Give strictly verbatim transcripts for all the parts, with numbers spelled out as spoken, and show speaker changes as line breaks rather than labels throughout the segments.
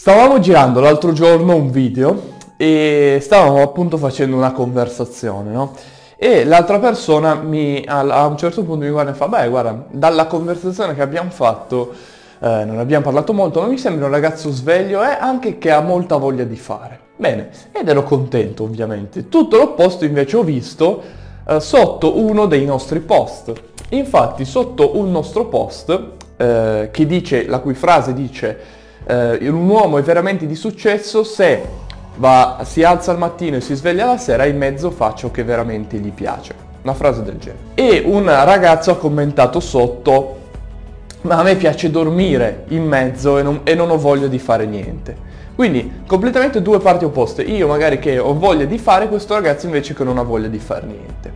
Stavamo girando l'altro giorno un video e stavamo appunto facendo una conversazione, no? E l'altra persona mi, a, a un certo punto mi guarda e fa, beh, guarda, dalla conversazione che abbiamo fatto, eh, non abbiamo parlato molto, ma mi sembra un ragazzo sveglio e anche che ha molta voglia di fare. Bene, ed ero contento ovviamente. Tutto l'opposto invece ho visto eh, sotto uno dei nostri post. Infatti sotto un nostro post, eh, che dice, la cui frase dice... Uh, un uomo è veramente di successo se va, si alza al mattino e si sveglia la sera e in mezzo fa ciò che veramente gli piace. Una frase del genere. E un ragazzo ha commentato sotto: ma a me piace dormire in mezzo e non, e non ho voglia di fare niente. Quindi completamente due parti opposte. Io magari che ho voglia di fare, questo ragazzo invece che non ha voglia di fare niente.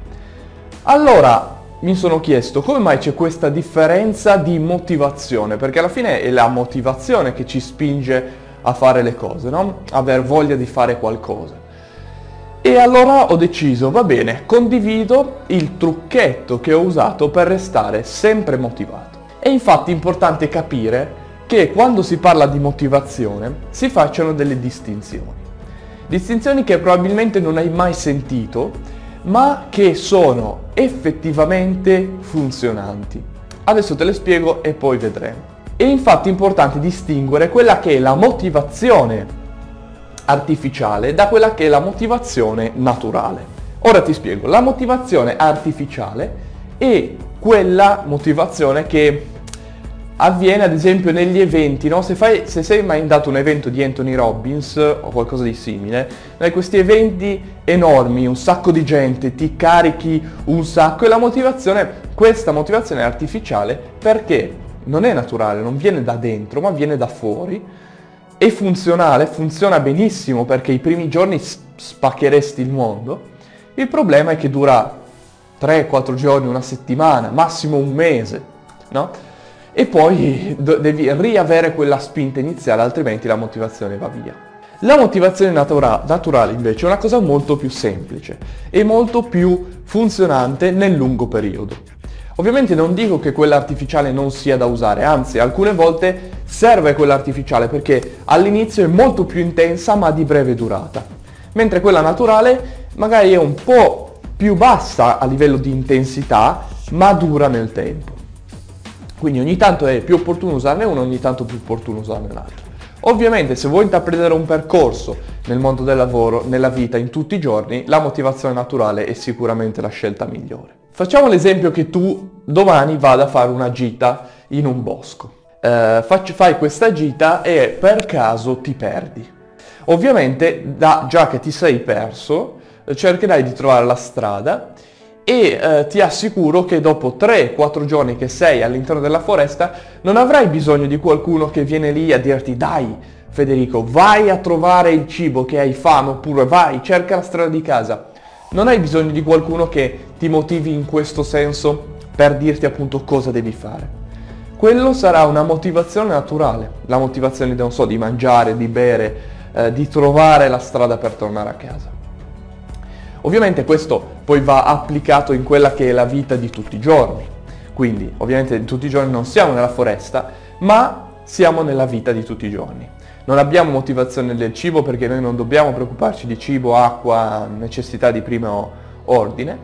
Allora mi sono chiesto come mai c'è questa differenza di motivazione, perché alla fine è la motivazione che ci spinge a fare le cose, no? Aver voglia di fare qualcosa. E allora ho deciso, va bene, condivido il trucchetto che ho usato per restare sempre motivato. È infatti importante capire che quando si parla di motivazione si facciano delle distinzioni. Distinzioni che probabilmente non hai mai sentito, ma che sono effettivamente funzionanti. Adesso te le spiego e poi vedremo. È infatti importante distinguere quella che è la motivazione artificiale da quella che è la motivazione naturale. Ora ti spiego, la motivazione artificiale è quella motivazione che avviene ad esempio negli eventi, no? Se, fai, se sei mai andato a un evento di Anthony Robbins o qualcosa di simile, hai questi eventi enormi, un sacco di gente, ti carichi un sacco e la motivazione, questa motivazione è artificiale perché non è naturale, non viene da dentro ma viene da fuori, è funzionale, funziona benissimo perché i primi giorni spaccheresti il mondo, il problema è che dura tre quattro giorni, una settimana, massimo un mese, no? E poi devi riavere quella spinta iniziale, altrimenti la motivazione va via. La motivazione natura- naturale invece è una cosa molto più semplice e molto più funzionante nel lungo periodo. Ovviamente non dico che quella artificiale non sia da usare, anzi alcune volte serve quella artificiale perché all'inizio è molto più intensa ma di breve durata, mentre quella naturale magari è un po' più bassa a livello di intensità ma dura nel tempo. Quindi ogni tanto è più opportuno usarne uno, ogni tanto più opportuno usarne l'altro. Ovviamente se vuoi intraprendere un percorso nel mondo del lavoro, nella vita, in tutti i giorni, la motivazione naturale è sicuramente la scelta migliore. Facciamo l'esempio che tu domani vada a fare una gita in un bosco. Eh, facci, fai questa gita e per caso ti perdi. Ovviamente, da, già che ti sei perso, cercherai di trovare la strada e eh, ti assicuro che dopo tre quattro giorni che sei all'interno della foresta non avrai bisogno di qualcuno che viene lì a dirti dai Federico, vai a trovare il cibo che hai fame, oppure vai, cerca la strada di casa. Non hai bisogno di qualcuno che ti motivi in questo senso per dirti appunto cosa devi fare. Quello sarà una motivazione naturale, la motivazione, non so, di mangiare, di bere, eh, di trovare la strada per tornare a casa. Ovviamente questo poi va applicato in quella che è la vita di tutti i giorni, quindi ovviamente tutti i giorni non siamo nella foresta, ma siamo nella vita di tutti i giorni. Non abbiamo motivazione del cibo perché noi non dobbiamo preoccuparci di cibo, acqua, necessità di primo ordine,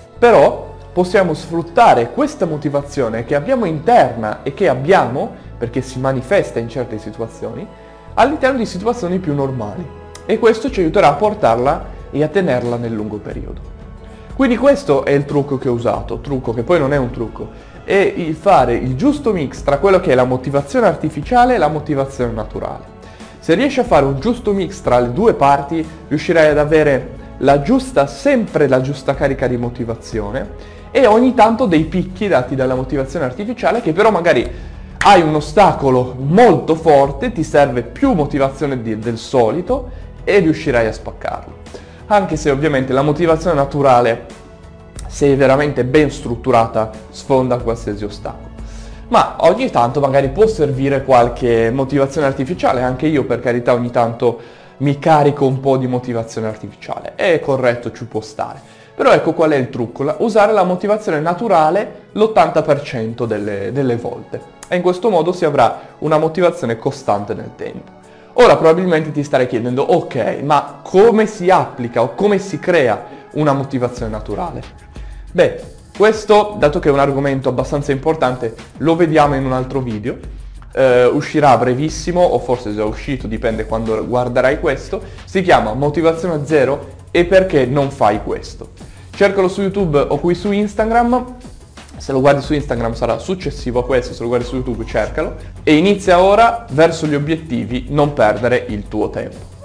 però possiamo sfruttare questa motivazione che abbiamo interna e che abbiamo, perché si manifesta in certe situazioni, all'interno di situazioni più normali e questo ci aiuterà a portarla e a tenerla nel lungo periodo. Quindi questo è il trucco che ho usato, trucco che poi non è un trucco, è il fare il giusto mix tra quello che è la motivazione artificiale e la motivazione naturale. Se riesci a fare un giusto mix tra le due parti, riuscirai ad avere la giusta, sempre la giusta carica di motivazione e ogni tanto dei picchi dati dalla motivazione artificiale che però magari hai un ostacolo molto forte, ti serve più motivazione di, del solito e riuscirai a spaccarlo. Anche se ovviamente la motivazione naturale, se è veramente ben strutturata, sfonda qualsiasi ostacolo. Ma ogni tanto magari può servire qualche motivazione artificiale, anche io per carità ogni tanto mi carico un po' di motivazione artificiale, è corretto, ci può stare. Però ecco qual è il trucco, usare la motivazione naturale l'ottanta per cento delle, delle volte. E in questo modo si avrà una motivazione costante nel tempo. Ora probabilmente ti starei chiedendo, ok, ma come si applica o come si crea una motivazione naturale? Beh, questo, dato che è un argomento abbastanza importante, lo vediamo in un altro video. Eh, uscirà a brevissimo, o forse già uscito, dipende quando guarderai questo. Si chiama Motivazione Zero e perché non fai questo. Cercalo su YouTube o qui su Instagram. Se lo guardi su Instagram sarà successivo a questo, se lo guardi su YouTube cercalo. E inizia ora verso gli obiettivi, non perdere il tuo tempo.